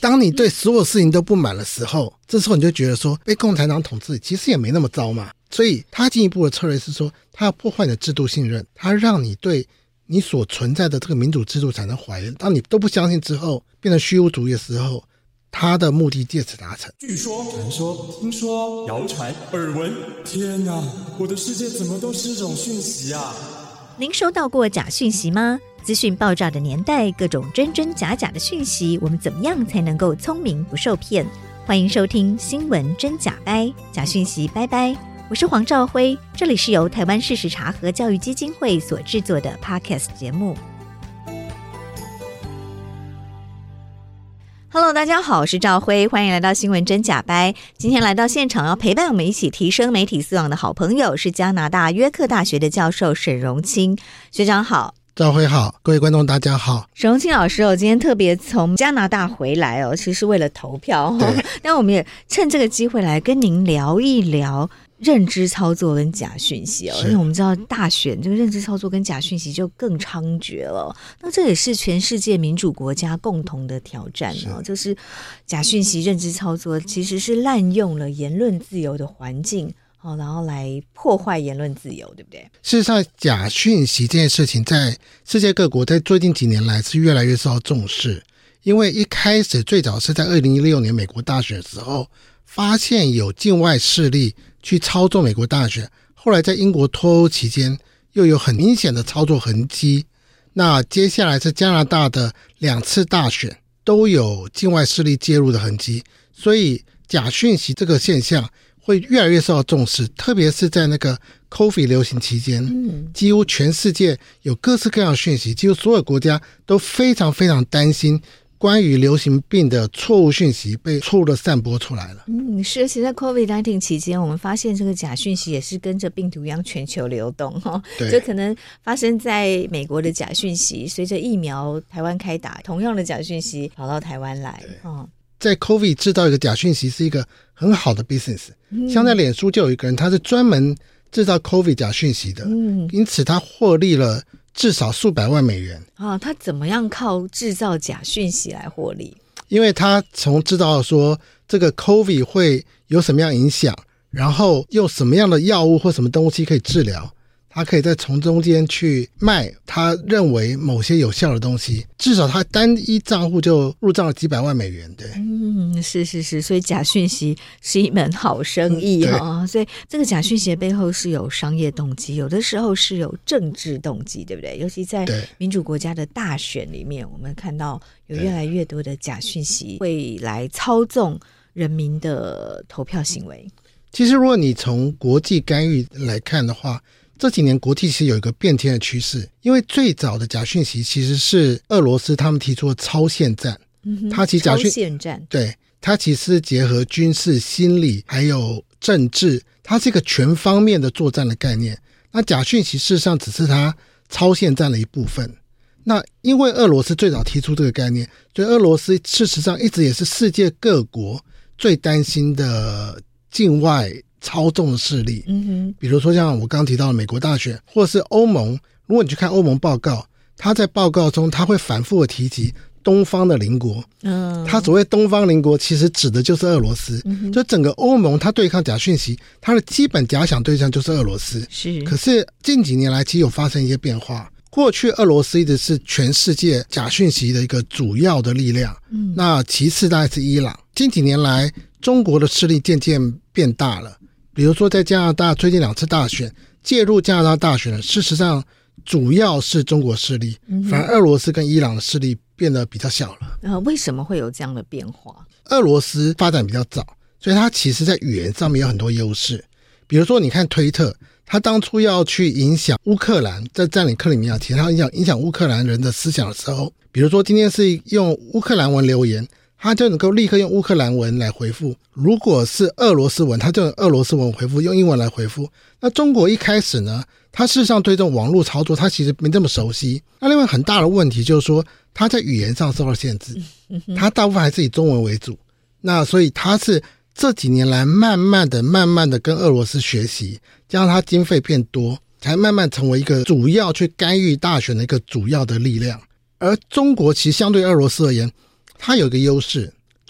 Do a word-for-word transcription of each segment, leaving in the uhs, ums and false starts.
当你对所有事情都不满的时候，这时候你就觉得说被共产党统治其实也没那么糟嘛。所以他进一步的策略是说，他要破坏你的制度信任，他让你对你所存在的这个民主制度产生怀疑，当你都不相信之后，变成虚无主义的时候，他的目的借此达成。 据说、传说、听说、谣传、耳闻，天哪，我的世界怎么都是这种讯息啊！ 您收到过假讯息吗？资讯爆炸的年代，各种真真假假的讯息，我们怎么样才能够聪明不受骗？欢迎收听新闻真假掰，假讯息拜拜。我是黄兆辉，这里是由台湾事实查核教育基金会所制作的 Podcast 节目。Hello， 大家好，我是兆辉，欢迎来到新闻真假掰。今天来到现场要陪伴我们一起提升媒体素养的好朋友是加拿大约克大学的教授沈荣清学长好。 兆辉好，各位观众大家好。 沈荣清老师哦，今天特别从加拿大回来哦，其实是为了投票哦。但我们也趁这个机会来跟您聊一聊认知操作跟假讯息哦，因为我们知道大选这个认知操作跟假讯息就更猖獗了。那这也是全世界民主国家共同的挑战哦，就是假讯息、认知操作其实是滥用了言论自由的环境。哦，然后来破坏言论自由，对不对？ 事实上，假讯息这件事情在世界各国在最近几年来是越来越受到重视。因为一开始最早是在二零一六年美国大选的时候，发现有境外势力去操纵美国大选，后来在英国脱欧期间又有很明显的操作痕迹。那接下来是加拿大的两次大选都有境外势力介入的痕迹，所以假讯息这个现象会越来越受到重视，特别是在那个 COVID 流行期间，嗯，几乎全世界有各式各样的讯息，几乎所有国家都非常非常担心关于流行病的错误讯息被错误的散播出来了。 嗯，是，而且在 COVID 十九 期间，我们发现这个假讯息也是跟着病毒一样全球流动哈。对，就可能发生在美国的假讯息，随着疫苗台湾开打，同样的假讯息跑到台湾来。哦， 在 COVID 制造一个假讯息是一个很好的 business，嗯，像在脸书就有一个人，他是专门制造 COVID 假讯息的，嗯，因此他获利了至少数百万美元。 啊，他怎么样靠制造假讯息来获利？ 因为他从知道说这个 COVID 会有什么样影响，然后用什么样的药物或什么东西可以治疗，他可以再从中间去卖他认为某些有效的东西，至少他单一账户就入账了几百万美元。对， 嗯，是是是，所以假讯息是一门好生意哈，嗯，所以这个假讯息的背后是有商业动机，有的时候是有政治动机，对不对？尤其在民主国家的大选里面，我们看到有越来越多的假讯息会来操纵人民的投票行为。 其实如果你从国际干预来看的话，这几年国际其实有一个变天的趋势，因为最早的假讯息其实是俄罗斯他们提出的超限战，嗯，它其实假讯超限战， 对，它其实结合军事、心理还有政治，它是一个全方面的作战的概念。那假讯息事实上只是它超限战的一部分。那因为俄罗斯最早提出这个概念，所以俄罗斯事实上一直也是世界各国最担心的境外操纵的势力。嗯哼，比如说像我刚刚提到的美国大选，或是欧盟，如果你去看欧盟报告，他在报告中他会反复的提及东方的邻国。嗯，他所谓东方邻国其实指的就是俄罗斯。嗯，就整个欧盟他对抗假讯息，他的基本假想对象就是俄罗斯。 是， 可是近几年来其实有发生一些变化。过去俄罗斯一直是全世界假讯息的一个主要的力量，嗯，那其次大概是伊朗。近几年来中国的势力渐渐变大了，比如说在加拿大最近两次大选，介入加拿大大选的事实上主要是中国势力，嗯，反而俄罗斯跟伊朗的势力变得比较小了。 呃，为什么会有这样的变化？ 俄罗斯发展比较早，所以它其实在语言上面有很多优势。比如说你看推特，他当初要去影响乌克兰，在占领克里米亚前，他影响影响乌克兰人的思想的时候，比如说今天是用乌克兰文留言，他就能够立刻用乌克兰文来回复。如果是俄罗斯文，他就用俄罗斯文回复，用英文来回复。那中国一开始呢，他事实上对这种网络操作他其实没这么熟悉。那另外很大的问题就是说他在语言上受到限制，他大部分还是以中文为主。那所以他是这几年来慢慢的慢慢的跟俄罗斯学习，加上他经费变多，才慢慢成为一个主要去干预大选的一个主要的力量。而中国其实相对俄罗斯而言，它有一个优势，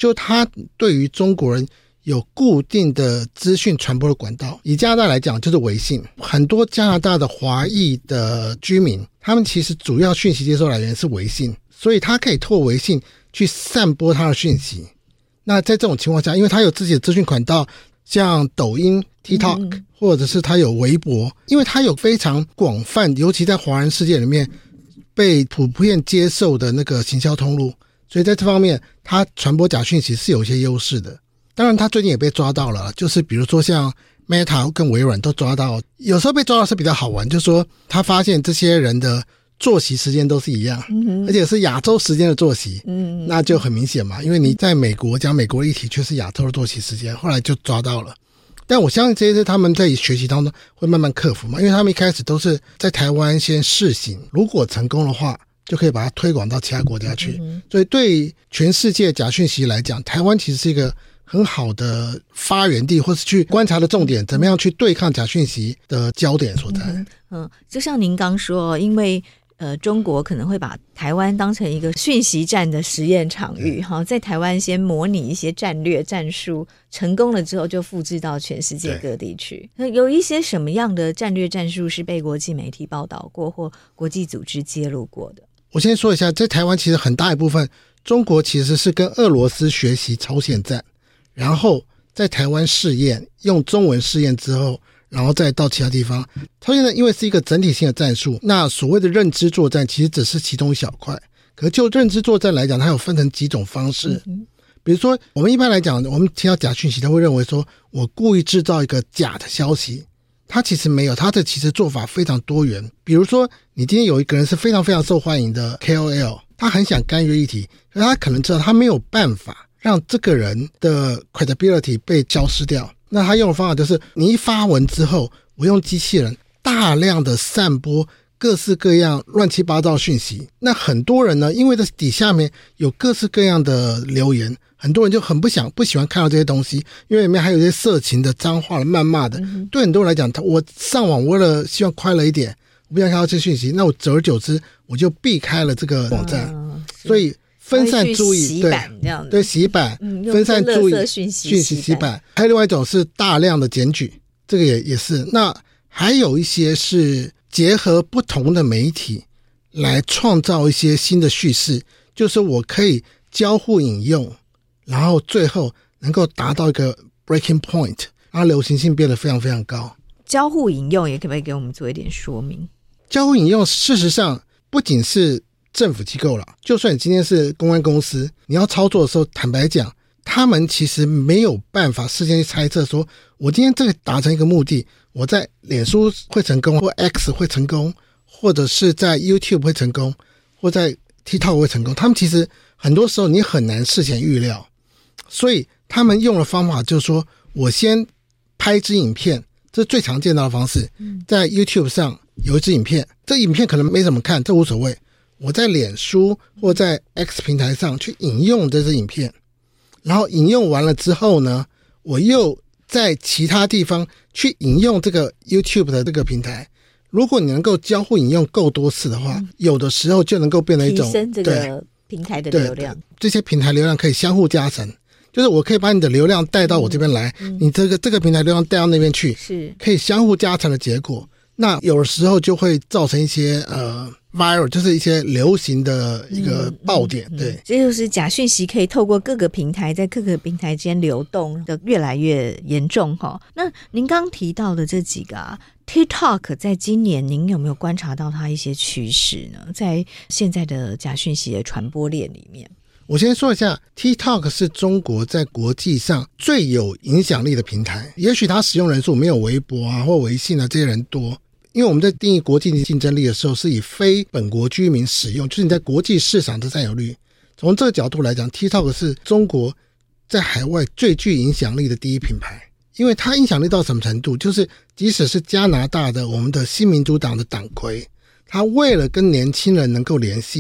就他对于中国人有固定的资讯传播的管道。以加拿大来讲就是微信，很多加拿大的华裔的居民，他们其实主要讯息接收来源是微信，所以他可以透过微信去散播他的讯息。那在这种情况下，因为他有自己的资讯管道，像抖音 TikTok、嗯、或者是他有微博，因为他有非常广泛，尤其在华人世界里面被普遍接受的那个行销通路，所以在这方面他传播假讯息是有一些优势的。当然他最近也被抓到了，就是比如说像 Meta 跟微软都抓到，有时候被抓到是比较好玩，就是说他发现这些人的作息时间都是一样、嗯、而且是亚洲时间的作息、嗯、那就很明显嘛，因为你在美国讲美国议题却是亚洲的作息时间，后来就抓到了。但我相信这些是他们在学习当中会慢慢克服嘛，因为他们一开始都是在台湾先试行，如果成功的话就可以把它推广到其他国家去、嗯、所以对全世界假讯息来讲，台湾其实是一个很好的发源地，或是去观察的重点，怎么样去对抗假讯息的焦点所在。 嗯, 嗯，就像您刚说，因为呃，中国可能会把台湾当成一个讯息战的实验场域，哈，在台湾先模拟一些战略战术，成功了之后就复制到全世界各地去。有一些什么样的战略战术是被国际媒体报道过或国际组织揭露过的？ 我先说一下，在台湾其实很大一部分，中国其实是跟俄罗斯学习超限战，然后在台湾试验，用中文试验之后，然后再到其他地方。超限战因为是一个整体性的战术，那所谓的认知作战其实只是其中一小块。可是就认知作战来讲，它有分成几种方式。嗯、比如说我们一般来讲，我们听到假讯息，他会认为说我故意制造一个假的消息，他其实没有，他的其实做法非常多元。比如说你今天有一个人是非常非常受欢迎的 K O L， 他很想干预议题，可是他可能知道他没有办法让这个人的 credibility 被消失掉，那他用的方法就是你一发文之后，我用机器人大量的散播各式各样乱七八糟讯息。那很多人呢，因为这底下面有各式各样的留言，很多人就很不想不喜欢看到这些东西，因为里面还有一些色情的、脏话的、谩骂的、嗯、对很多人来讲，我上网为了希望快乐一点，我不想看到这些讯息，那我久而久之我就避开了这个网站、嗯、所以分散注意，对对，洗版、嗯、分散注意讯息洗版。还有另外一种是大量的检举，这个也也是。那还有一些是结合不同的媒体来创造一些新的叙事，就是我可以交互引用，然后最后能够达到一个 breaking point， 然后流行性变得非常非常高。 交互引用也可不可以给我们做一点说明？ 交互引用事实上不仅是政府机构了，就算你今天是公安公司，你要操作的时候，坦白讲，他们其实没有办法事先去猜测说我今天这个达成一个目的，我在脸书会成功，或 X 会成功，或者是在 YouTube 会成功，或在 TikTok 会成功，他们其实很多时候你很难事前预料，所以他们用的方法就是说我先拍一支影片，这是最常见到的方式，在 YouTube 上有一支影片，这影片可能没怎么看，这无所谓，我在脸书或在 X 平台上去引用这支影片，然后引用完了之后呢，我又在其他地方去引用这个 YouTube 的这个平台。如果你能够交互引用够多次的话、嗯、有的时候就能够变成一种提升这个平台的流量， 这些平台流量可以相互加成，就是我可以把你的流量带到我这边来、嗯、你这个这个平台流量带到那边去，是可以相互加成的结果。那有的时候就会造成一些呃 viral， 就是一些流行的一个爆点、嗯嗯、对， 这就是假讯息可以透过各个平台在各个平台间流动的越来越严重齁。那您刚提到的这几个啊 TikTok 在今年您有没有观察到它一些趋势呢？在现在的假讯息的传播链里面， 我先说一下 TikTok 是中国在国际上最有影响力的平台，也许它使用人数没有微博啊或微信啊这些人多，因为我们在定义国际竞争力的时候是以非本国居民使用，就是你在国际市场的占有率。从这个角度来讲， TikTok 是中国在海外最具影响力的第一品牌。因为它影响力到什么程度，就是即使是加拿大的我们的新民主党的党魁，他为了跟年轻人能够联系，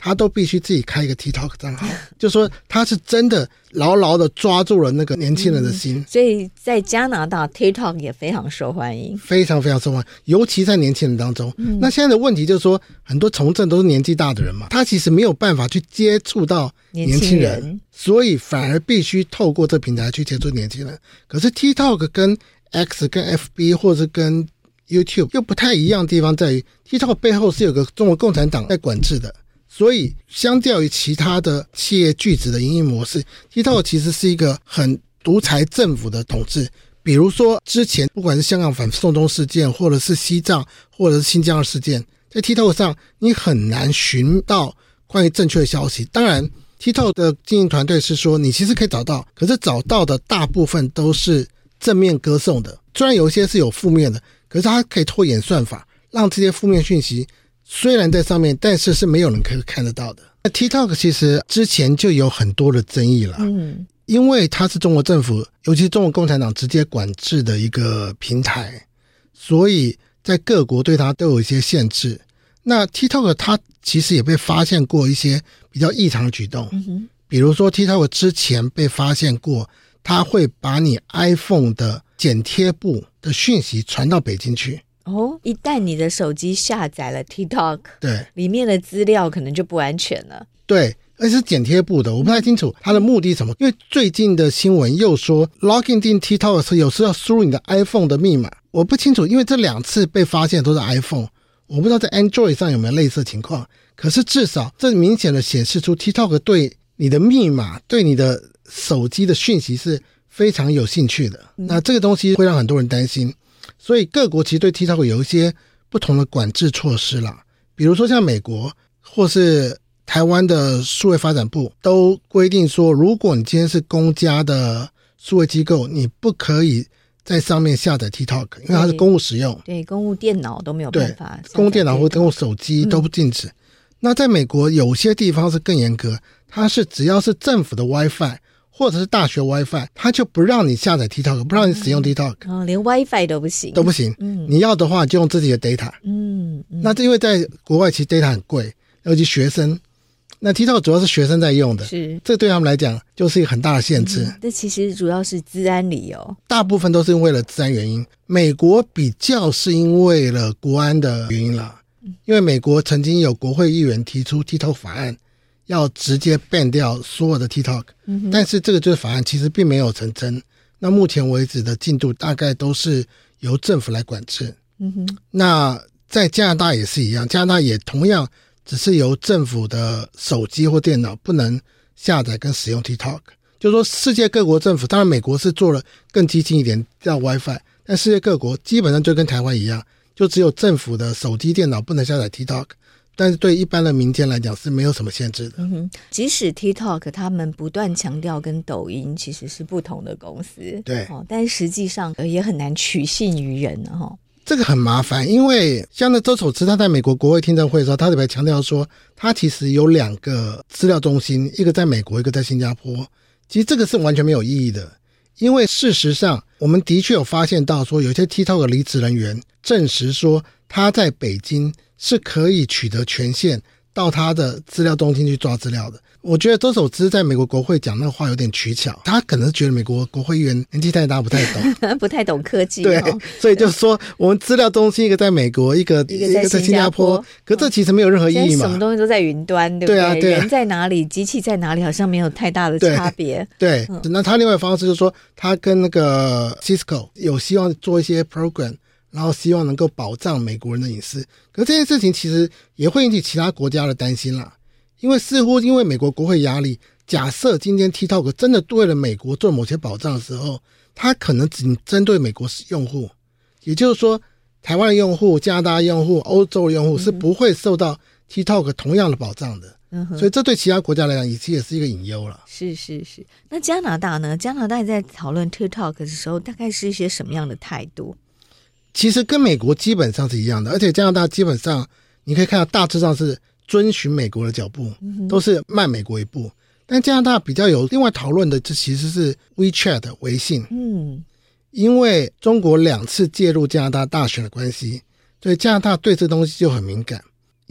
他都必须自己开一个 TikTok 账号，就说他是真的牢牢的抓住了那个年轻人的心、 嗯、所以在加拿大 TikTok 也非常受欢迎， 非常非常受欢迎，尤其在年轻人当中、嗯、那现在的问题就是说很多从政都是年纪大的人嘛，他其实没有办法去接触到年轻人，年轻人所以反而必须透过这平台去接触年轻人。可是 TikTok 跟 X 跟 F B 或者是跟 YouTube 又不太一样的地方在于 TikTok 背后是有个中国共产党在管制的，所以相较于其他的企业巨子的营运模式， TikTok 其实是一个很独裁政府的统治。比如说之前不管是香港反送中事件，或者是西藏，或者是新疆的事件，在 TikTok 上你很难寻到关于正确的消息。当然 TikTok 的经营团队是说你其实可以找到，可是找到的大部分都是正面歌颂的，虽然有一些是有负面的，可是它可以拖演算法让这些负面讯息虽然在上面，但是是没有人可以看得到的。那 TikTok 其实之前就有很多的争议了，嗯，因为它是中国政府尤其中国共产党直接管制的一个平台，所以在各国对它都有一些限制。那 TikTok 它其实也被发现过一些比较异常的举动、嗯、比如说 TikTok 之前被发现过它会把你 iPhone 的剪贴簿的讯息传到北京去。 哦，一旦你的手机下载了 TikTok， 对， 里面的资料可能就不安全了。 对，而且是剪贴簿的，我不太清楚它的目的是什么，因为最近的新闻又说 login 进 TikTok 的时候有时候要输入你的 iPhone 的密码，我不清楚，因为这两次被发现都是 iPhone， 我不知道在 Android 上有没有类似的情况，可是至少这明显的显示出 TikTok 对你的密码对你的手机的讯息是非常有兴趣的，那这个东西会让很多人担心，所以各国其实对 TikTok 有一些不同的管制措施啦，比如说像美国或是台湾的数位发展部都规定说，如果你今天是公家的数位机构，你不可以在上面下载 TikTok， 因为它是公务使用， 对, 对公务电脑都没有办法， 公务电脑或公务手机都不禁止、嗯、那在美国有些地方是更严格，它是只要是政府的 WiFi或者是大学 WiFi， 它就不让你下载 TikTok， 不让你使用 TikTok、嗯哦、连 WiFi 都不行都不行、嗯、你要的话就用自己的 data， 嗯, 嗯那这因为在国外其实 data 很贵，尤其学生，那 TikTok 主要是学生在用的， 是这对他们来讲就是一个很大的限制、 嗯、这其实主要是治安理由， 大部分都是为了治安原因，美国比较是因为了国安的原因啦，因为美国曾经有国会议员提出 TikTok 法案要直接 ban 掉所有的 TikTok、嗯、但是这个就是法案其实并没有成真，那目前为止的进度大概都是由政府来管制、嗯、哼那在加拿大也是一样，加拿大也同样只是由政府的手机或电脑不能下载跟使用 TikTok， 就是说世界各国政府，当然美国是做了更激进一点叫 WiFi， 但世界各国基本上就跟台湾一样，就只有政府的手机电脑不能下载 TikTok，但是对一般的民间来讲是没有什么限制的、 嗯、哼即使 TikTok 他们不断强调跟抖音其实是不同的公司， 对、 哦、但是实际上也很难取信于人、哦、 这个很麻烦，因为像那周守之他在美国国会听证会的时候，他特别强调说他其实有两个资料中心，一个在美国一个在新加坡，其实这个是完全没有意义的，因为事实上我们的确有发现到说有些 TikTok 的离职人员证实说他在北京是可以取得权限到他的资料中心去抓资料的。我觉得周守之在美国国会讲那个话有点取巧，他可能是觉得美国国会议员年纪太大不太懂不太懂科技、哦、 对，所以就是说我们资料中心一个在美国一个一个在新加坡， 可这其实没有任何意义嘛， 什么东西都在云端，对不对？ 对啊对啊， 人在哪里机器在哪里好像没有太大的差别， 对, 对、嗯、那他另外一个方式就是说他跟那个 Cisco 有希望做一些 program，然后希望能够保障美国人的隐私，可是这件事情其实也会引起其他国家的担心啦，因为似乎因为美国国会压力，假设今天 TikTok 真的为了美国做某些保障的时候，它可能只针对美国用户，也就是说台湾的用户、加拿大用户、欧洲的用户是不会受到 TikTok 同样的保障的、嗯、所以这对其他国家来讲也也是一个隐忧了。 是是是。那加拿大呢？加拿大在讨论 TikTok 的时候大概是一些什么样的态度？ 其实跟美国基本上是一样的，而且加拿大基本上你可以看到大致上是遵循美国的脚步、嗯、都是慢美国一步，但加拿大比较有另外讨论的这其实是 WeChat 微信，嗯，因为中国两次介入加拿大大选的关系，所以加拿大对这东西就很敏感，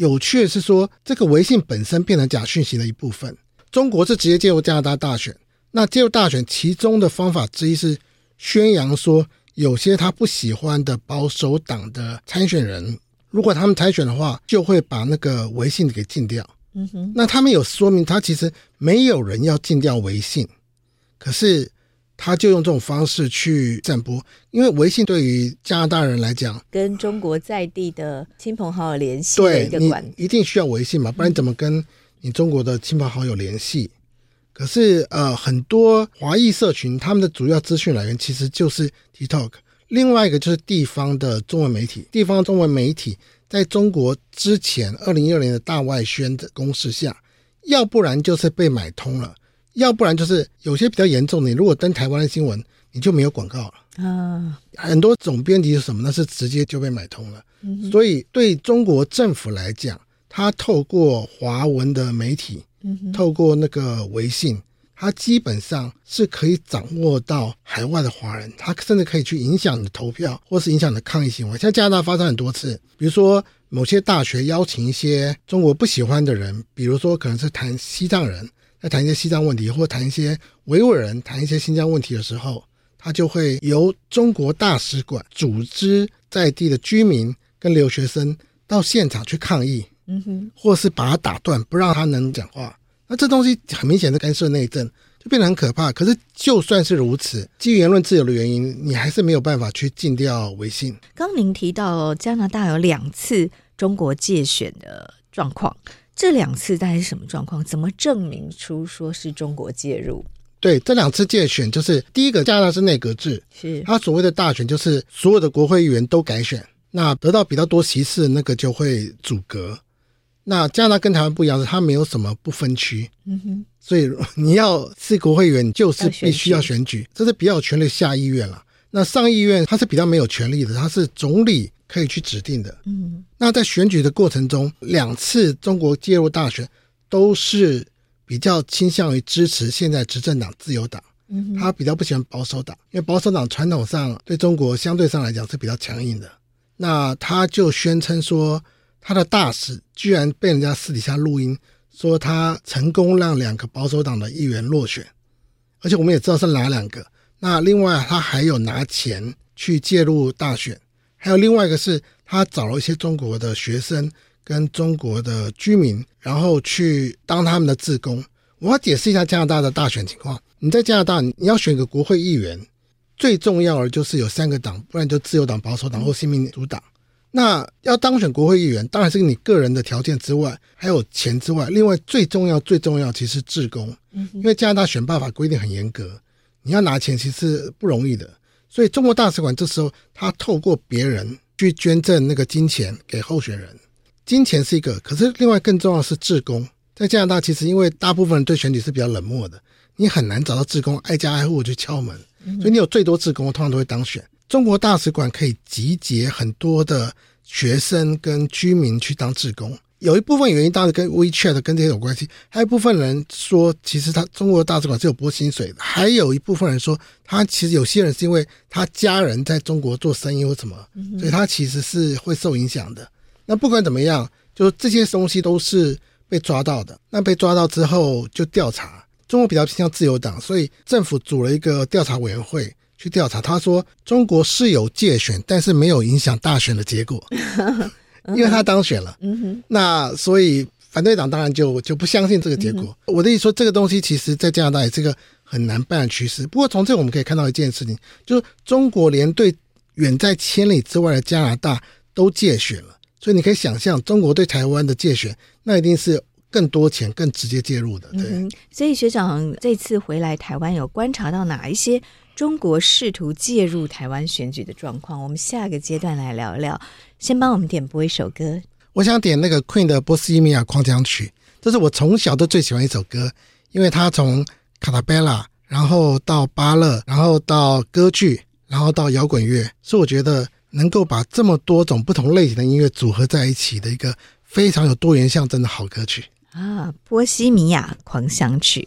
有趣的是说，这个微信本身变成假讯息的一部分。中国是直接介入加拿大大选，那介入大选其中的方法之一是宣扬说有些他不喜欢的保守党的参选人，如果他们参选的话，就会把那个微信给禁掉。嗯哼，那他们有说明他其实没有人要禁掉微信，可是他就用这种方式去散播，因为微信对于加拿大人来讲， 跟中国在地的亲朋好友联系的一个管道， 你一定需要微信嘛，不然你怎么跟你中国的亲朋好友联系？可是呃，很多华裔社群他们的主要资讯来源其实就是 TikTok， 另外一个就是地方的中文媒体。地方中文媒体在中国之前二零一二年的大外宣的攻势下，要不然就是被买通了，要不然就是有些比较严重的，你如果登台湾的新闻你就没有广告了啊。很多总编辑是什么呢？是直接就被买通了、嗯、所以对中国政府来讲，他透过华文的媒体、嗯、透过那个微信，他基本上是可以掌握到海外的华人，他甚至可以去影响你的投票或是影响你的抗议行为。像加拿大发生很多次，比如说某些大学邀请一些中国不喜欢的人，比如说可能是谈西藏人，在谈一些西藏问题，或谈一些维吾尔人，谈一些新疆问题的时候，他就会由中国大使馆组织在地的居民跟留学生到现场去抗议，嗯哼，或是把他打断，不让他能讲话。那这东西很明显是干涉内政，就变得很可怕。可是就算是如此，基于言论自由的原因，你还是没有办法去禁掉微信。 刚您提到加拿大有两次中国介选的状况，这两次大概是什么状况？怎么证明出说是中国介入？ 对，这两次介选就是第一个，加拿大是内阁制，是他所谓的大选就是所有的国会议员都改选，那得到比较多席次那个就会组阁。那加拿大跟台湾不一样，是它没有什么不分区，嗯哼，所以你要是国会议员就是必须要选举，这是比较有权力下议院了。那上议院它是比较没有权力的，它是总理可以去指定的。嗯，那在选举的过程中，两次中国介入大选都是比较倾向于支持现在执政党自由党，嗯，他比较不喜欢保守党，因为保守党传统上对中国相对上来讲是比较强硬的。那他就宣称说他的大使居然被人家私底下录音说他成功让两个保守党的议员落选，而且我们也知道是哪两个。那另外他还有拿钱去介入大选，还有另外一个是他找了一些中国的学生跟中国的居民，然后去当他们的志工。我要解释一下加拿大的大选情况。你在加拿大你要选个国会议员，最重要的就是有三个党，不然就自由党、保守党或新民主党。那要当选国会议员，当然是你个人的条件之外，还有钱之外，另外最重要最重要其实是志工，因为加拿大选罢法规定很严格，你要拿钱其实不容易的。所以中国大使馆这时候他透过别人去捐赠那个金钱给候选人，金钱是一个，可是另外更重要的是志工。在加拿大其实因为大部分人对选举是比较冷漠的，你很难找到志工挨家挨户去敲门，所以你有最多志工通常都会当选。中国大使馆可以集结很多的学生跟居民去当志工，有一部分原因当然跟 WeChat 跟这些有关系，还有一部分人说其实他中国大使馆是有拨薪水的，还有一部分人说他其实有些人是因为他家人在中国做生意或什么，所以他其实是会受影响的。那不管怎么样，就这些东西都是被抓到的。那被抓到之后就调查，中国比较偏向自由党，所以政府组了一个调查委员会去调查。他说中国是有介选，但是没有影响大选的结果因为他当选了、嗯、那所以反对党当然就就不相信这个结果、嗯、我的意思说这个东西其实在加拿大也是个很难办的趋势。不过从这我们可以看到一件事情，就是中国连对远在千里之外的加拿大都介选了，所以你可以想象中国对台湾的介选那一定是更多钱更直接介入的。对、嗯、 所以学长这次回来台湾有观察到哪一些中国试图介入台湾选举的状况？我们下个阶段来聊聊。先帮我们点播一首歌， 我想点那个 Queen 的波西米亚狂想曲，这是我从小都最喜欢一首歌，因为它从卡塔贝拉然后到芭乐然后到歌剧然后到摇滚乐，是我觉得能够把这么多种不同类型的音乐组合在一起的一个非常有多元象征的好歌曲啊，波西米亚狂想曲。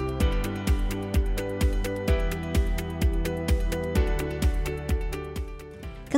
刚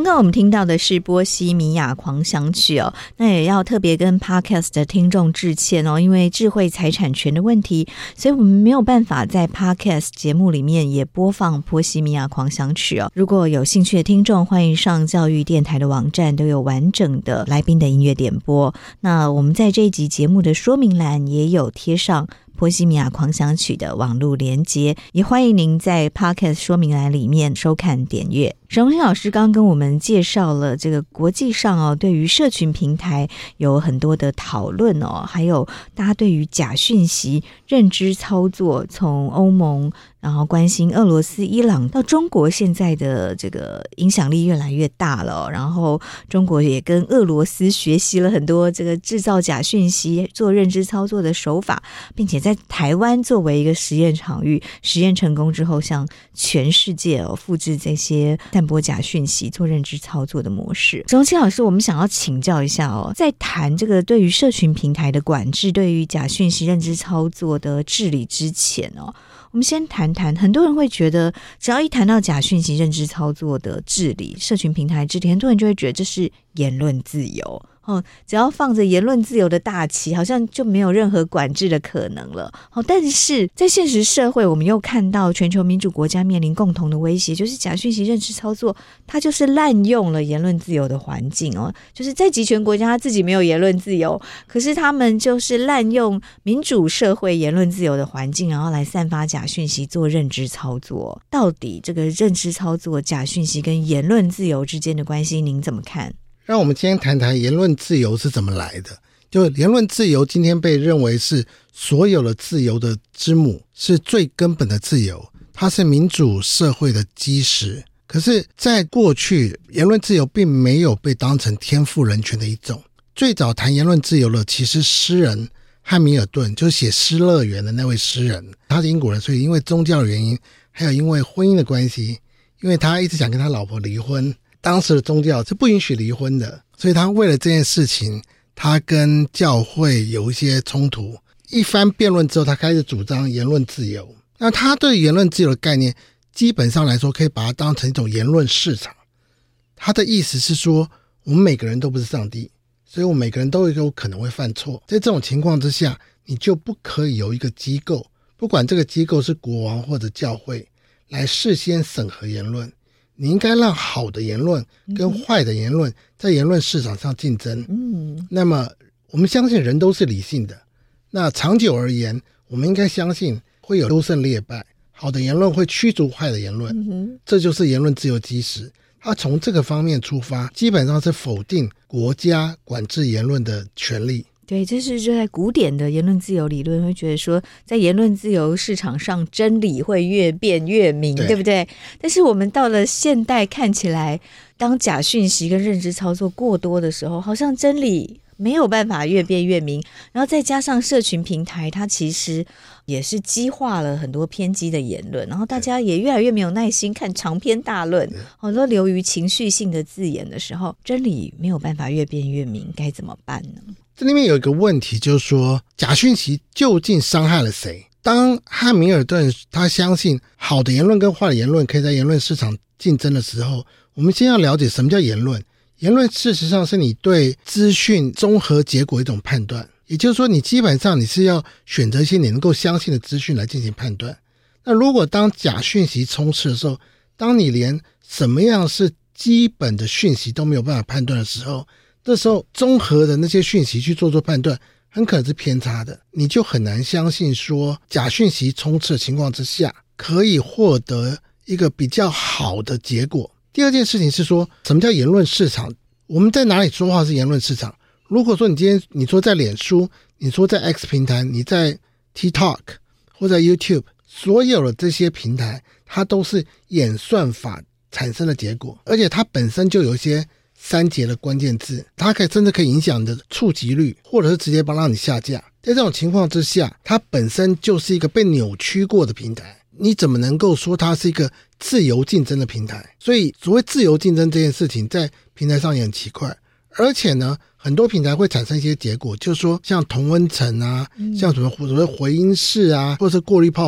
刚我们听到的是波西米亚狂想曲哦，那也要特别跟 Podcast 的听众致歉哦，因为智慧财产权的问题，所以我们没有办法在 Podcast 节目里面也播放波西米亚狂想曲哦。如果有兴趣的听众，欢迎上教育电台的网站，都有完整的来宾的音乐点播。那我们在这一集节目的说明栏也有贴上波西米亚狂想曲的网络连结，也欢迎您在 Podcast 说明栏里面收看点阅。沈荣兴老师刚跟我们介绍了这个国际上哦，对于社群平台有很多的讨论哦，还有大家对于假讯息认知操作，从欧盟然后关心俄罗斯、伊朗到中国，现在的这个影响力越来越大了、哦、然后中国也跟俄罗斯学习了很多这个制造假讯息、做认知操作的手法，并且在台湾作为一个实验场域，实验成功之后向全世界、哦、复制这些散播假讯息、做认知操作的模式。钟庆老师，我们想要请教一下哦，在谈这个对于社群平台的管制、对于假讯息认知操作的治理之前哦，我们先谈谈，很多人会觉得只要一谈到假讯息认知操作的治理、社群平台治理，很多人就会觉得这是言论自由哦，只要放着言论自由的大旗，好像就没有任何管制的可能了。哦，但是在现实社会，我们又看到全球民主国家面临共同的威胁，就是假讯息认知操作，它就是滥用了言论自由的环境哦。就是在集权国家，它自己没有言论自由，可是他们就是滥用民主社会言论自由的环境，然后来散发假讯息，做认知操作。到底这个认知操作、假讯息跟言论自由之间的关系，您怎么看？ 让我们今天谈谈言论自由是怎么来的。就言论自由今天被认为是所有的自由的之母，是最根本的自由，它是民主社会的基石。可是在过去，言论自由并没有被当成天赋人权的一种。最早谈言论自由的其实诗人汉密尔顿，就是写《诗乐园》的那位诗人，他是英国人，所以因为宗教的原因，还有因为婚姻的关系，因为他一直想跟他老婆离婚，当时的宗教是不允许离婚的，所以他为了这件事情，他跟教会有一些冲突。一番辩论之后，他开始主张言论自由。那他对言论自由的概念，基本上来说可以把它当成一种言论市场。他的意思是说，我们每个人都不是上帝，所以我们每个人都有可能会犯错。在这种情况之下，你就不可以有一个机构，不管这个机构是国王或者教会，来事先审核言论。你应该让好的言论跟坏的言论在言论市场上竞争。嗯，那么我们相信人都是理性的，那长久而言，我们应该相信会有优胜劣败，好的言论会驱逐坏的言论。嗯，这就是言论自由基石。他从这个方面出发，基本上是否定国家管制言论的权利。 对，这是就在古典的言论自由理论会觉得说，在言论自由市场上，真理会越辩越明， 对, 对不对？但是我们到了现代，看起来当假讯息跟认知操作过多的时候，好像真理没有办法越辩越明，然后再加上社群平台，它其实也是激化了很多偏激的言论，然后大家也越来越没有耐心看长篇大论，很多流于情绪性的字眼的时候，真理没有办法越辩越明，该怎么办呢？ 这里面有一个问题，就是说假讯息究竟伤害了谁？当汉密尔顿他相信好的言论跟坏的言论可以在言论市场竞争的时候，我们先要了解什么叫言论。言论事实上是你对资讯综合结果一种判断，也就是说你基本上你是要选择一些你能够相信的资讯来进行判断。那如果当假讯息充斥的时候，当你连什么样是基本的讯息都没有办法判断的时候，这时候综合的那些讯息去做做判断，很可能是偏差的，你就很难相信说假讯息充斥的情况之下可以获得一个比较好的结果。第二件事情是说，什么叫言论市场？我们在哪里说话是言论市场？如果说你今天你说在脸书，你说在 X 平台，你在 TikTok 或者 YouTube， 所有的这些平台它都是演算法产生的结果，而且它本身就有一些三节的关键字，它可以甚至可以影响你的触及率，或者是直接帮让你下架。在这种情况之下，它本身就是一个被扭曲过的平台，你怎么能够说它是一个自由竞争的平台？所以所谓自由竞争这件事情在平台上也很奇怪。而且呢，很多平台会产生一些结果，就是说像同温层啊，像什么所谓回音室啊，或者是过滤泡泡，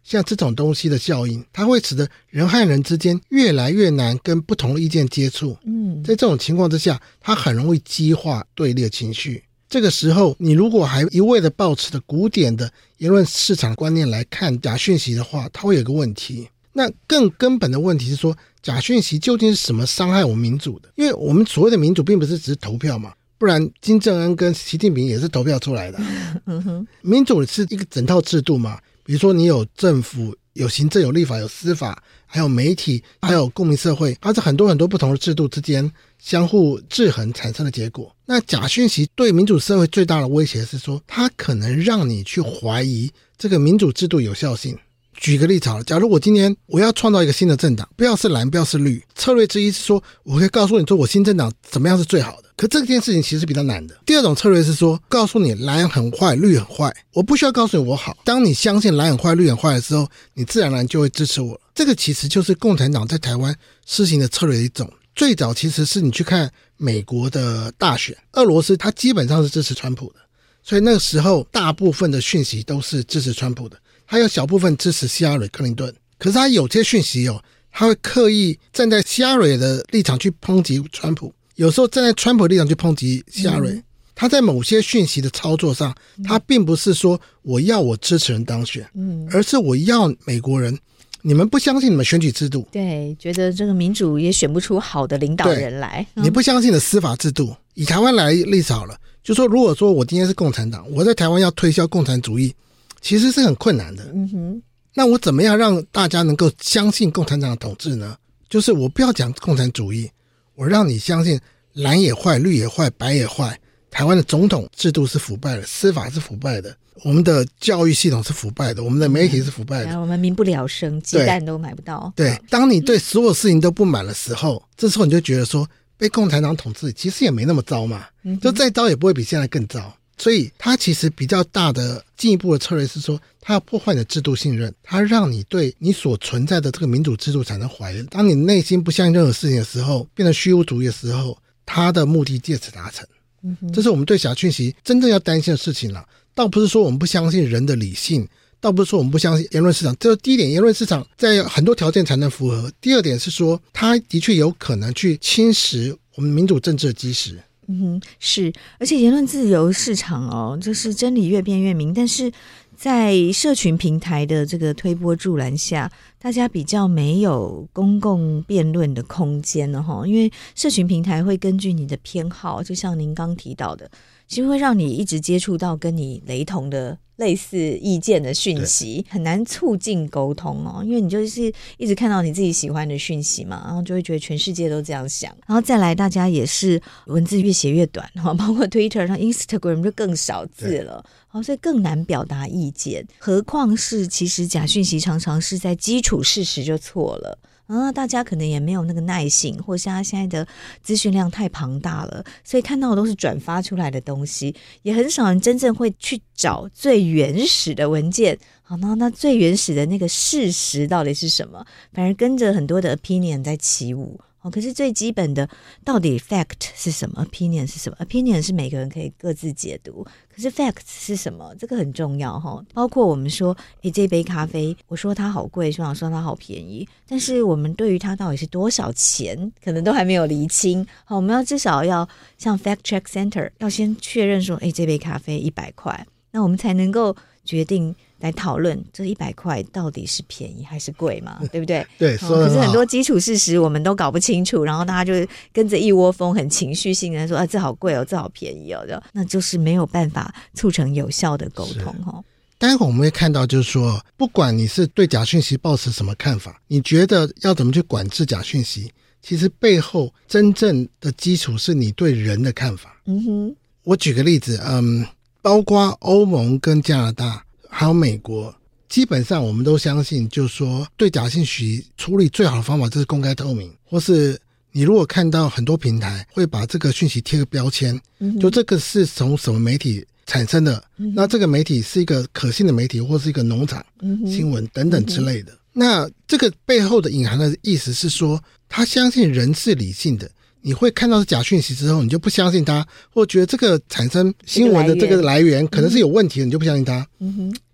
像这种东西的效应，它会使得人和人之间越来越难跟不同的意见接触。嗯，在这种情况之下，它很容易激化对立的情绪。这个时候，你如果还一味的抱持的古典的言论市场观念来看假讯息的话，它会有一个问题。那更根本的问题是说，假讯息究竟是什么伤害我们民主的？因为我们所谓的民主并不是只是投票嘛，不然金正恩跟习近平也是投票出来的。民主是一个整套制度嘛，比如说你有政府、有行政、有立法、有司法，还有媒体，还有公民社会，它是很多很多不同的制度之间相互制衡产生的结果。那假讯息对民主社会最大的威胁是说，它可能让你去怀疑这个民主制度有效性。举个例子好了，假如我今天我要创造一个新的政党，不要是蓝，不要是绿，策略之一是说，我可以告诉你说我新政党怎么样是最好的，可这件事情其实比较难的。第二种策略是说，告诉你蓝很坏，绿很坏，我不需要告诉你我好，当你相信蓝很坏，绿很坏的时候，你自然而然就会支持我了。这个其实就是共产党在台湾施行的策略的一种。最早其实是你去看美国的大选，俄罗斯它基本上是支持川普的，所以那个时候大部分的讯息都是支持川普的，还有小部分支持希拉蕊克林顿。可是他有些讯息哦，他会刻意站在希拉蕊的立场去抨击川普，有时候站在川普的立场去抨击希拉蕊。嗯，他在某些讯息的操作上，他并不是说我要我支持人当选，嗯，而是我要美国人，你们不相信你们选举制度， 对，觉得这个民主也选不出好的领导人来， 嗯，你不相信的司法制度。以台湾来例子好了，就说如果说我今天是共产党，我在台湾要推销共产主义，其实是很困难的。嗯哼，那我怎么样让大家能够相信共产党的统治呢？就是我不要讲共产主义，我让你相信蓝也坏，绿也坏，白也坏，台湾的总统制度是腐败的，司法是腐败的，我们的教育系统是腐败的，我们的媒体是腐败的， 嗯，我们民不聊生，鸡蛋都买不到。 对，当你对所有事情都不满的时候，这时候你就觉得说被共产党统治其实也没那么糟嘛，就再糟也不会比现在更糟。所以它其实比较大的进一步的策略是说，它要破坏你的制度信任，它让你对你所存在的这个民主制度产生怀疑。当你内心不相信任何事情的时候，变成虚无主义的时候，它的目的借此达成。嗯，这是我们对假讯息真正要担心的事情了。倒不是说我们不相信人的理性，倒不是说我们不相信言论市场，这是第一点，言论市场在很多条件才能符合。第二点是说，它的确有可能去侵蚀我们民主政治的基石。 嗯哼，是，而且言论自由市场哦，就是真理越辩越明，但是在社群平台的这个推波助澜下，大家比较没有公共辩论的空间了哈，因为社群平台会根据你的偏好，就像您刚提到的，其实会让你一直接触到跟你雷同的类似意见的讯息，很难促进沟通哦，因为你就是一直看到你自己喜欢的讯息嘛，然后就会觉得全世界都这样想。然后再来，大家也是文字越写越短，包括 Twitter 上 Instagram 就更少字了，所以更难表达意见。何况是其实假讯息常常是在基础事实就错了。啊，大家可能也没有那个耐性，或是他现在的资讯量太庞大了，所以看到的都是转发出来的东西，也很少人真正会去找最原始的文件。好，那那最原始的那个事实到底是什么？反而跟着很多的 opinion 在起舞。哦，可是最基本的到底 fact 是什么， opinion 是什么？ opinion 是每个人可以各自解读，可是 fact 是什么？这个很重要哈。包括我们说诶，这杯咖啡我说它好贵，说说它好便宜，但是我们对于它到底是多少钱可能都还没有厘清。好，我们要至少要像 fact check center 要先确认说诶，这杯咖啡一百块，那我们才能够决定来讨论这一百块到底是便宜还是贵嘛，对不对？ 对，说得很好。 可是很多基础事实我们都搞不清楚，然后大家就跟着一窝蜂很情绪性的说啊，这好贵哦，这好便宜哦，那就是没有办法促成有效的沟通哦。 待会我们会看到，就是说，不管你是对假讯息抱持什么看法，你觉得要怎么去管制假讯息，其实背后真正的基础是你对人的看法。嗯哼，我举个例子，嗯，包括欧盟跟加拿大还有美国，基本上我们都相信，就是说对假讯息处理最好的方法就是公开透明，或是你如果看到很多平台会把这个讯息贴个标签，嗯，就这个是从什么媒体产生的，嗯，那这个媒体是一个可信的媒体，或是一个农场新闻等等之类的，嗯，那这个背后的隐含的意思是说，他相信人是理性的，你会看到是假讯息之后，你就不相信他，或觉得这个产生新闻的这个来源可能是有问题的，你就不相信他。嗯哼。可是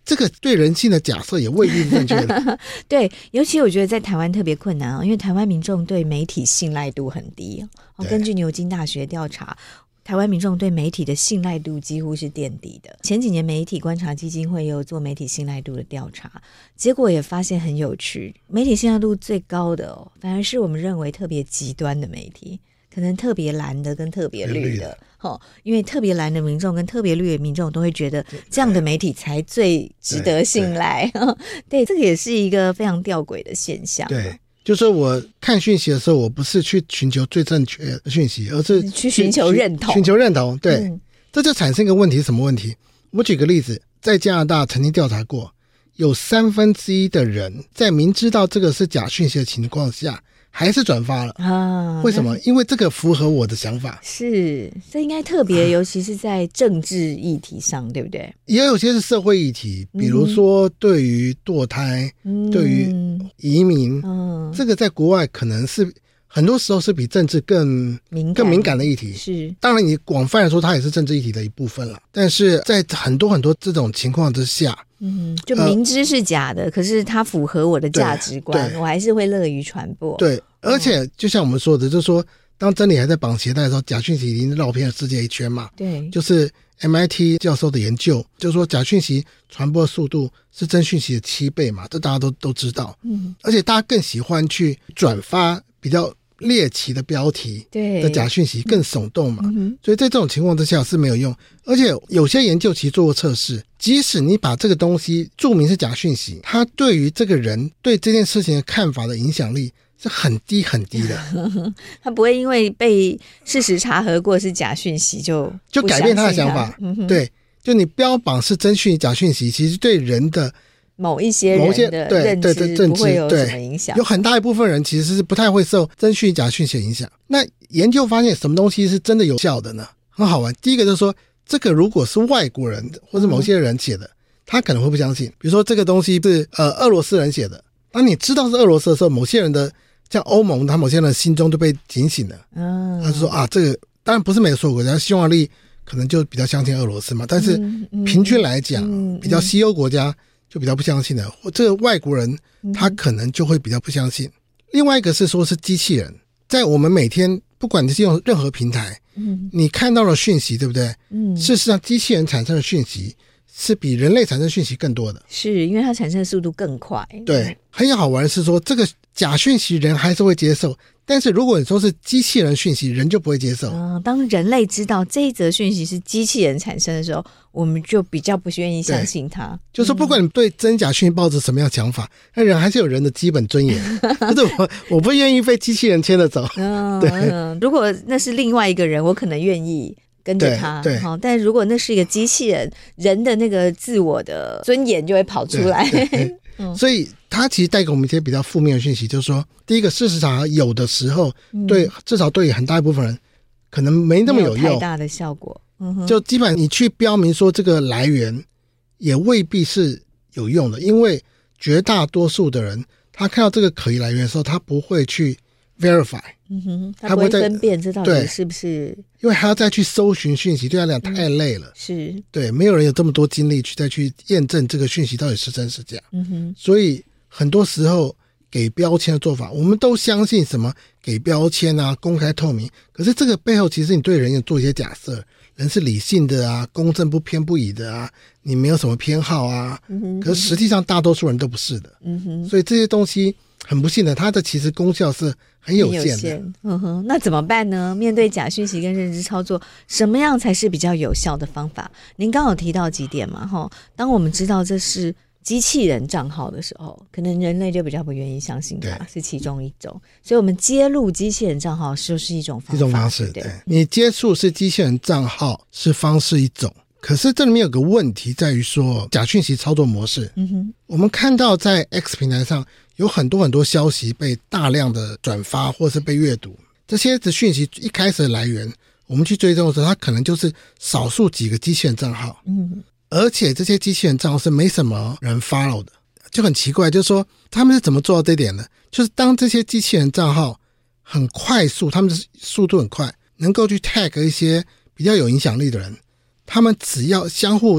这个对人性的假设也未必是正确的。 对，尤其我觉得在台湾特别困难、哦、因为台湾民众对媒体信赖度很低、哦、根据牛津大学调查，台湾民众对媒体的信赖度几乎是垫底的。前几年媒体观察基金会也有做媒体信赖度的调查，结果也发现很有趣，媒体信赖度最高的哦，反而是我们认为特别极端的媒体，可能特别蓝的跟特别绿的，哦、因为特别蓝的民众跟特别绿的民众都会觉得这样的媒体才最值得信赖。 对, 对，这个也是一个非常吊诡的现象。 对，就是我看讯息的时候，我不是去寻求最正确的讯息，而是去寻求认同。 寻求认同，对、嗯，这就产生一个问题，什么问题？我举个例子，在加拿大曾经调查过，有三分之一的人在明知道这个是假讯息的情况下，还是转发了啊？为什么？因为这个符合我的想法。是， 这应该特别、啊，尤其是在政治议题上，对不对？ 也有些是社会议题，比如说对于堕胎、嗯、对于移民、嗯，这个在国外可能是很多时候是比政治更敏感更敏感的议题。是，当然你广泛来说，它也是政治议题的一部分了。但是在很多很多这种情况之下。 嗯，就明知是假的、呃、可是它符合我的价值观，我还是会乐于传播。 对，而且就像我们说的、嗯、就是说当真理还在绑鞋带的时候，假讯息已经绕遍了世界一圈嘛。对，就是 M I T 教授的研究就是说假讯息传播的速度是真讯息的七倍嘛，这大家都都知道。嗯，而且大家更喜欢去转发比较猎奇的标题的假讯息，更耸动嘛、嗯、所以在这种情况之下是没有用。而且有些研究其实做过测试，即使你把这个东西注明是假讯息，它对于这个人对这件事情的看法的影响力是很低很低的。 他不会因为被事实查核过是假讯息就就改变他的想法、嗯、对，就你标榜是真讯息假讯息，其实对人的某一些人的认知不会有什么影响， 有很大一部分人其实是不太会受真讯息假讯息的影响。那研究发现什么东西是真的有效的呢？很好玩，第一个就是说这个如果是外国人或是某些人写的、嗯、他可能会不相信。比如说这个东西是呃俄罗斯人写的，当你知道是俄罗斯的时候，某些人的像欧盟他某些人的心中就被警醒了。嗯，他就说啊，这个当然不是没有所有国家，匈牙利可能就比较相信俄罗斯嘛，但是平均来讲、嗯嗯、比较西欧国家就比较不相信了，这个外国人他可能就会比较不相信、嗯、另外一个是说是机器人，在我们每天不管你是用任何平台、嗯、你看到了讯息对不对、嗯、事实上机器人产生的讯息是比人类产生讯息更多的， 是因为它产生的速度更快。 对，很好玩的是说这个假讯息人还是会接受，但是如果你说是机器人讯息，人就不会接受、 嗯、当人类知道这一则讯息是机器人产生的时候，我们就比较不愿意相信它。 就是说不管你对真假讯息抱着什么样的想法，那人还是有人的基本尊严就是我我不愿意被机器人牵着走、 嗯、对、嗯，如果那是另外一个人，我可能愿意跟着他，对，对，但如果那是一个机器人，人的那个自我的尊严就会跑出来。对对嗯、所以它其实带给我们一些比较负面的讯息，就是说第一个事实上有的时候对、嗯、至少对很大一部分人可能没那么有用， 没有太大的效果、嗯、 就基本上你去标明说这个来源也未必是有用的，因为绝大多数的人他看到这个可疑来源的时候，他不会去 verify， 嗯哼，他不会分辨这到底是不是， 因为还要再去搜寻讯息，对他来讲太累了、嗯、是，对，没有人有这么多精力去再去验证这个讯息到底是真是假。嗯哼，所以很多时候给标签的做法，我们都相信什么给标签啊，公开透明，可是这个背后其实你对人有做一些假设，人是理性的啊，公正不偏不倚的啊，你没有什么偏好啊、嗯、可是实际上大多数人都不是的。嗯哼，所以这些东西很不幸的，它的其实功效是很有限的。限嗯哼，那怎么办呢？面对假讯息跟认知操作，什么样才是比较有效的方法？您刚好提到几点嘛，齁，当我们知道这是机器人账号的时候，可能人类就比较不愿意相信它，是其中一种。所以我们揭露机器人账号就是一种方法， 一种方式。对，对，你接触是机器人账号是方式一种，可是这里面有个问题在于说假讯息操作模式。嗯哼，我们看到在 X 平台上有很多很多消息被大量的转发或是被阅读，这些的讯息一开始的来源我们去追踪的时候，它可能就是少数几个机器人账号。嗯，而且这些机器人账号是没什么人 follow 的，就很奇怪，就是说他们是怎么做到这点的？就是当这些机器人账号很快速，他们的速度很快，能够去 tag 一些比较有影响力的人，他们只要相互的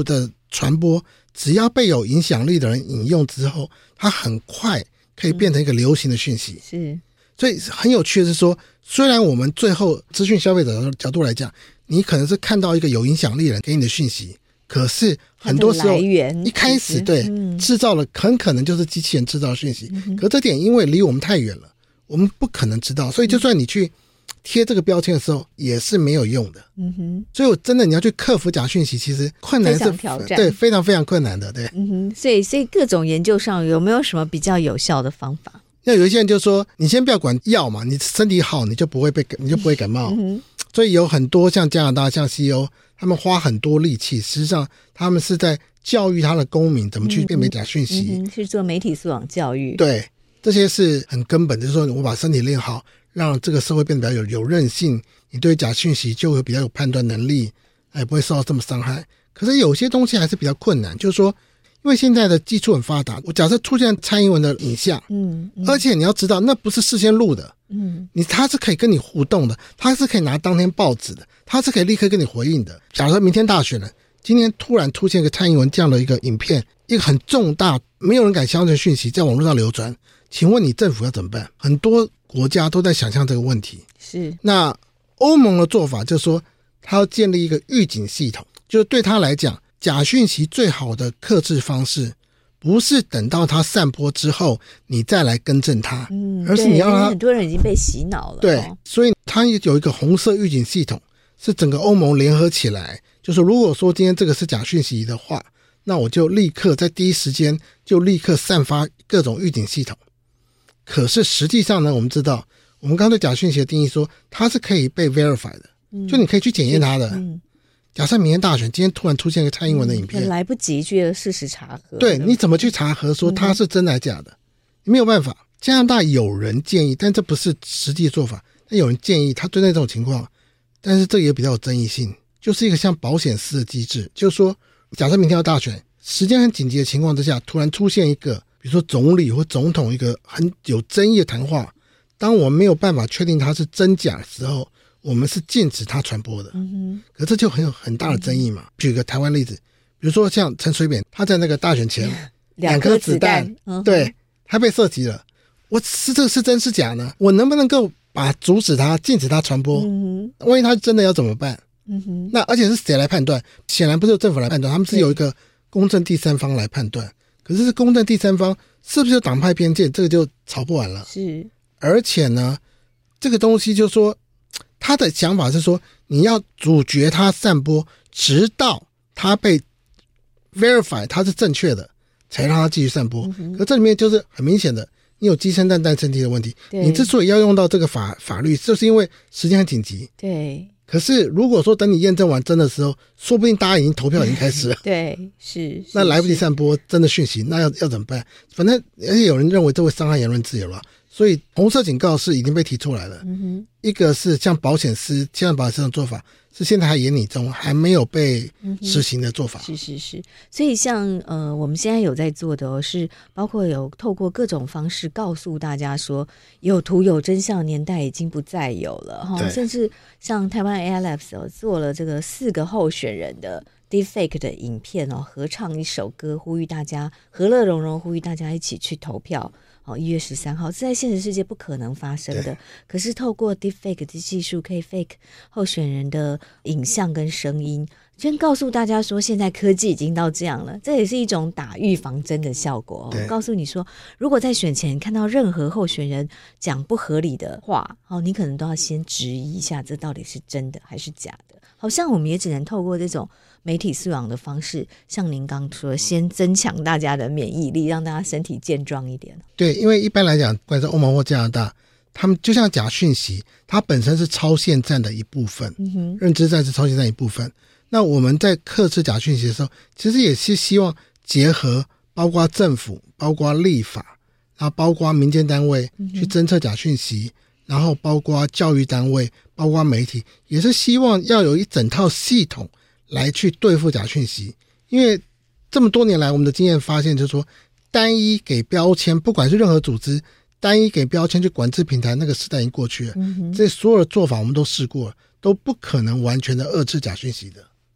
传播，只要被有影响力的人引用之后，它很快可以变成一个流行的讯息、嗯、 是。 所以很有趣的是说，虽然我们最后资讯消费者的角度来讲，你可能是看到一个有影响力的人给你的讯息，可是很多时候一开始对制造了很可能就是机器人制造的讯息、嗯、可这点因为离我们太远了，我们不可能知道，所以就算你去贴这个标签的时候也是没有用的。嗯哼，所以我真的你要去克服假讯息，其实困难是非常挑战， 对，非常非常困难的。对， 嗯哼，所以所以各种研究上有没有什么比较有效的方法？ 那有一些人就说，你先不要管药嘛，你身体好你就不会被你就不会感冒。嗯、所以有很多像加拿大像 C E O， 他们花很多力气，实际上他们是在教育他的公民怎么去辨别假讯息， 嗯嗯、是做媒体素养教育。 对，这些是很根本的，就是说我把身体练好，让这个社会变得比较有有韧性，你对假讯息就会比较有判断能力，也不会受到这么伤害。可是有些东西还是比较困难，就是说因为现在的技术很发达，我假设出现蔡英文的影像，嗯，嗯而且你要知道那不是事先录的，嗯，你他是可以跟你互动的，他是可以拿当天报纸的，他是可以立刻跟你回应的。假如明天大选了，今天突然出现一个蔡英文这样的一个影片，一个很重大没有人敢相信的讯息在网络上流传，请问你政府要怎么办？很多国家都在想象这个问题。 是， 那欧盟的做法就是说他要建立一个预警系统，就是对他来讲假讯息最好的克制方式不是等到他散播之后你再来更正他、嗯、而是你要让他， 很多人已经被洗脑了。 对、哦、所以他有一个红色预警系统，是整个欧盟联合起来，就是如果说今天这个是假讯息的话，那我就立刻在第一时间就立刻散发各种预警系统。可是实际上呢，我们知道我们刚才对假讯息的定义说它是可以被 verify 的、嗯、就你可以去检验它的、嗯，假设明天大选，今天突然出现一个蔡英文的影片， 嗯、来不及去事实查核。 对，你怎么去查核说它是真还是假的？你、嗯、没有办法。加拿大有人建议，但这不是实际做法。但有人建议，他对待这种情况，但是这也比较有争议性，就是一个像保险丝的机制，就是说，假设明天要大选，时间很紧急的情况之下，突然出现一个，比如说总理或总统一个很有争议的谈话，当我们没有办法确定它是真假的时候，我们是禁止它传播的。嗯哼，可这就很有很大的争议嘛。嗯、举个台湾例子，比如说像陈水扁，他在那个大选前两颗子弹，嗯、对，他被射击了，我是这个是真是假呢？我能不能够把阻止他、禁止他传播？嗯哼，万一他真的要怎么办？嗯哼，那而且是谁来判断？显然不是由政府来判断，他们是有一个公正第三方来判断。可是公正第三方是不是有党派偏见？这个就吵不完了。是，而且呢，这个东西就是说，他的想法是说，你要阻绝他散播，直到他被 verify 他是正确的，才让他继续散播。嗯、可这里面就是很明显的，你有鸡生蛋蛋生鸡的问题。你之所以要用到这个法法律，就是因为时间很紧急。对。可是如果说等你验证完真的时候，说不定大家已经投票已经开始了。对，是。那来不及散播真的讯息，那要要怎么办？反正而且有人认为这会伤害言论自由了。所以红色警告是已经被提出来了。嗯哼，一个是像保险丝、千万保险丝的做法，是现在还研拟中，还没有被实行的做法。 嗯、是是是，所以像呃我们现在有在做的、哦、是包括有透过各种方式告诉大家说，有图有真相的年代已经不再有了哈。甚至像台湾 A I Labs、哦、做了这个四个候选人的 Deepfake 的影片哦，合唱一首歌，呼吁大家和乐融融，呼吁大家一起去投票。哦，一月十三号，这在现实世界不可能发生的。可是透过 Deepfake 的技术，可以 fake 候选人的影像跟声音，先告诉大家说，现在科技已经到这样了，这也是一种打预防针的效果。哦、告诉你说，如果在选前看到任何候选人讲不合理的话，哦，你可能都要先质疑一下，这到底是真的还是假的。好像我们也只能透过这种媒体素养的方式，像您刚说，先增强大家的免疫力，让大家身体健壮一点。 对，因为一般来讲，不管是欧盟或加拿大，他们就像假讯息，它本身是超限战的一部分，嗯哼，认知战是超限战一部分。那我们在克制假讯息的时候，其实也是希望结合包括政府、包括立法，然后包括民间单位去侦测假讯息。嗯，然后包括教育单位，包括媒体，也是希望要有一整套系统来去对付假讯息。因为这么多年来我们的经验发现，就是说单一给标签，不管是任何组织，单一给标签去管制平台，那个时代已经过去了。嗯，这所有的做法我们都试过了，都不可能完全的遏制假讯息的。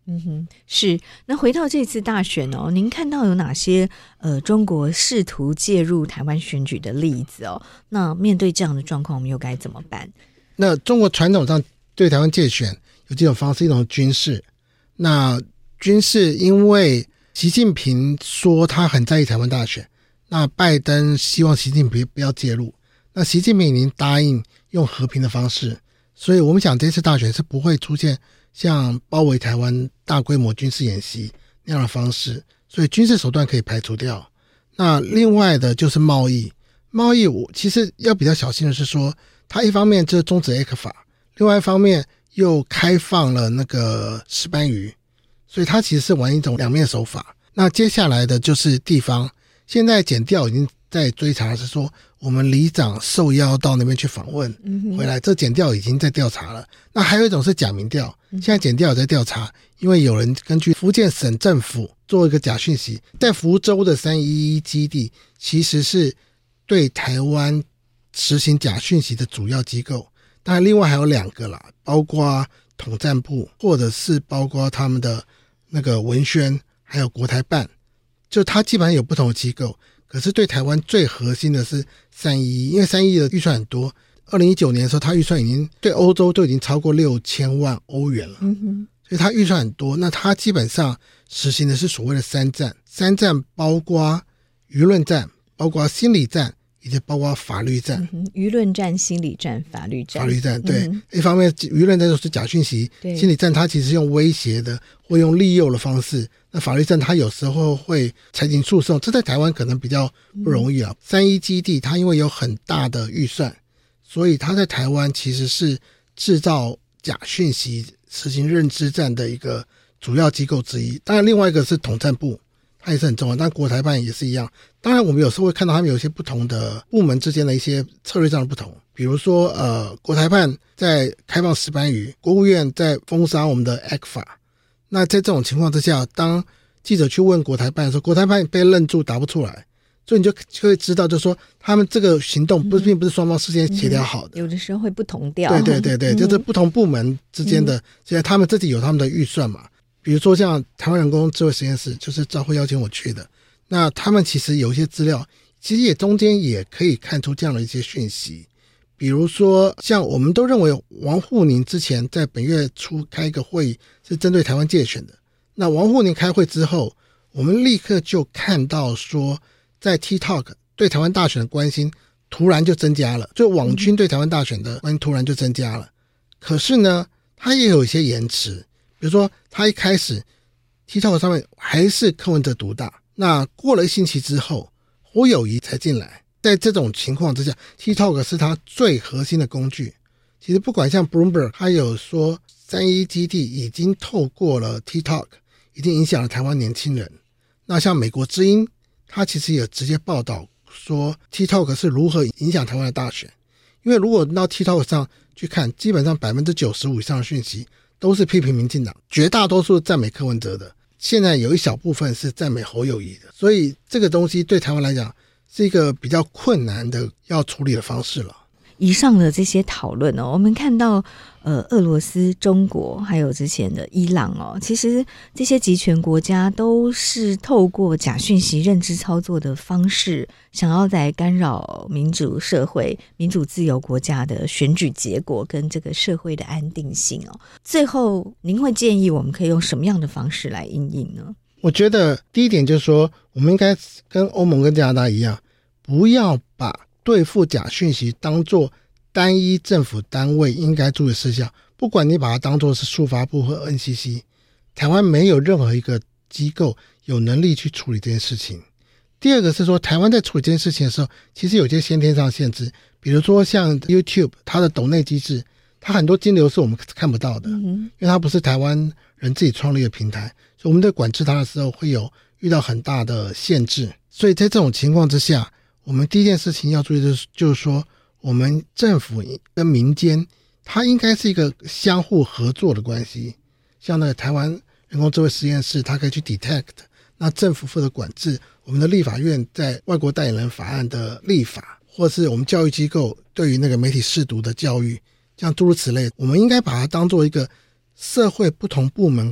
嗯哼，是。那回到这次大选哦，您看到有哪些呃中国试图介入台湾选举的例子哦？那面对这样的状况，我们又该怎么办？ 那中国传统上对台湾介选有几种方式，一种军事。那军事因为习近平说他很在意台湾大选，那拜登希望习近平不要介入，那习近平已经答应用和平的方式，所以我们想这次大选是不会出现像包围台湾大规模军事演习那样的方式，所以军事手段可以排除掉。那另外的就是贸易，贸易我其实要比较小心的是说，它一方面就是终止 A 克法，另外一方面又开放了那个石斑鱼，所以它其实是玩一种两面手法。那接下来的就是地方，现在检调已经在追查，是说我们里长受邀到那边去访问回来，这检调已经在调查了。那还有一种是假民调，现在检调也在调查，因为有人根据福建省政府做一个假讯息，在福州的三一一基地其实是对台湾实行假讯息的主要机构，当然另外还有两个啦，包括统战部或者是包括他们的那个文宣还有国台办，就它基本上有不同的机构，可是对台湾最核心的是三一一，因为三一一的预算很多，二零一九年的时候它预算已经对欧洲都已经超过六千万欧元了，嗯哼，所以它预算很多。那它基本上实行的是所谓的三战，三战包括舆论战，包括心理战，以及包括法律战、 嗯、舆论战、心理战、法律战。 法律战对、嗯、一方面舆论战就是假讯息，心理战它其实用威胁的或用利诱的方式，那法律战它有时候会裁定诉讼，这在台湾可能比较不容易了、嗯、三一基地它因为有很大的预算，所以它在台湾其实是制造假讯息实行认知战的一个主要机构之一。当然另外一个是统战部，它也是很重要，但国台办也是一样。当然我们有时候会看到他们有一些不同的部门之间的一些策略上的不同，比如说呃，国台办在开放石斑鱼，国务院在封杀我们的 A 克法。那在这种情况之下，当记者去问国台办的时候，国台办被愣住答不出来，所以你就会知道就是说他们这个行动不是并不是双方事先协调好的、 嗯、有的时候会不同调。 对对对对、嗯、就是不同部门之间的，现在他们自己有他们的预算嘛，比如说像台湾人工智慧实验室，就是赵慧邀请我去的，那他们其实有一些资料其实也中间也可以看出这样的一些讯息。比如说像我们都认为王沪宁之前在本月初开一个会议是针对台湾介选的，那王沪宁开会之后，我们立刻就看到说在 TikTok 对台湾大选的关心突然就增加了，就网军对台湾大选的关心突然就增加了。可是呢它也有一些延迟，比如说他一开始 TikTok 上面还是柯文哲独大，那过了一星期之后侯友宜才进来，在这种情况之下 TikTok 是他最核心的工具。其实不管像 Bloomberg 他有说三一基地已经透过了 TikTok 已经影响了台湾年轻人，那像美国之音他其实也直接报道说 TikTok 是如何影响台湾的大选。因为如果到 TikTok 上去看，基本上 百分之九十五 以上的讯息都是批评民进党，绝大多数赞美柯文哲的，现在有一小部分是赞美侯友宜的，所以这个东西对台湾来讲是一个比较困难的要处理的方式了。 以上的这些讨论哦，我们看到呃，俄罗斯、中国还有之前的伊朗哦，其实这些集权国家都是透过假讯息认知操作的方式，想要来干扰民主社会、民主自由国家的选举结果跟这个社会的安定性哦。最后您会建议我们可以用什么样的方式来因应呢？ 我觉得第一点就是说，我们应该跟欧盟跟加拿大一样，不要把对付假讯息当作单一政府单位应该注意事项，不管你把它当作是速发部或 N C C， 台湾没有任何一个机构有能力去处理这件事情。第二个是说，台湾在处理这件事情的时候，其实有些先天上的限制，比如说像 YouTube 它的抖内机制，它很多金流是我们看不到的，因为它不是台湾人自己创立的平台，所以我们在管制它的时候会有遇到很大的限制。所以在这种情况之下，我们第一件事情要注意的就是说，我们政府跟民间它应该是一个相互合作的关系。像那个台湾人工智慧实验室，它可以去 detect， 那政府负责管制，我们的立法院在外国代理人法案的立法，或是我们教育机构对于那个媒体识读的教育，像诸如此类，我们应该把它当做一个社会不同部门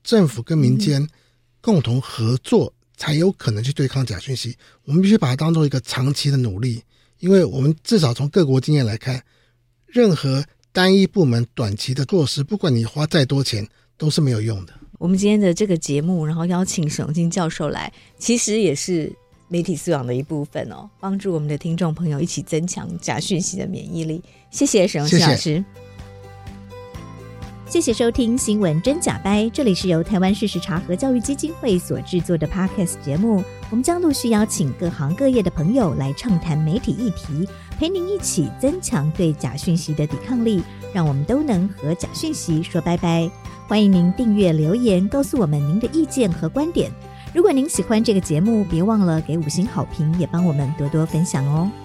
政府跟民间共同合作才有可能去对抗假讯息，我们必须把它当做一个长期的努力，因为我们至少从各国经验来看，任何单一部门短期的措施，不管你花再多钱都是没有用的。 我们今天的这个节目，然后邀请沈荣金教授来，其实也是媒体素养的一部分哦，帮助我们的听众朋友一起增强假讯息的免疫力。谢谢沈荣金老师。 谢谢。 谢谢收听新闻真假掰，这里是由台湾事实查核教育基金会所制作的 Podcast 节目，我们将陆续邀请各行各业的朋友来畅谈媒体议题，陪您一起增强对假讯息的抵抗力，让我们都能和假讯息说拜拜。欢迎您订阅留言告诉我们您的意见和观点，如果您喜欢这个节目，别忘了给五星好评，也帮我们多多分享哦。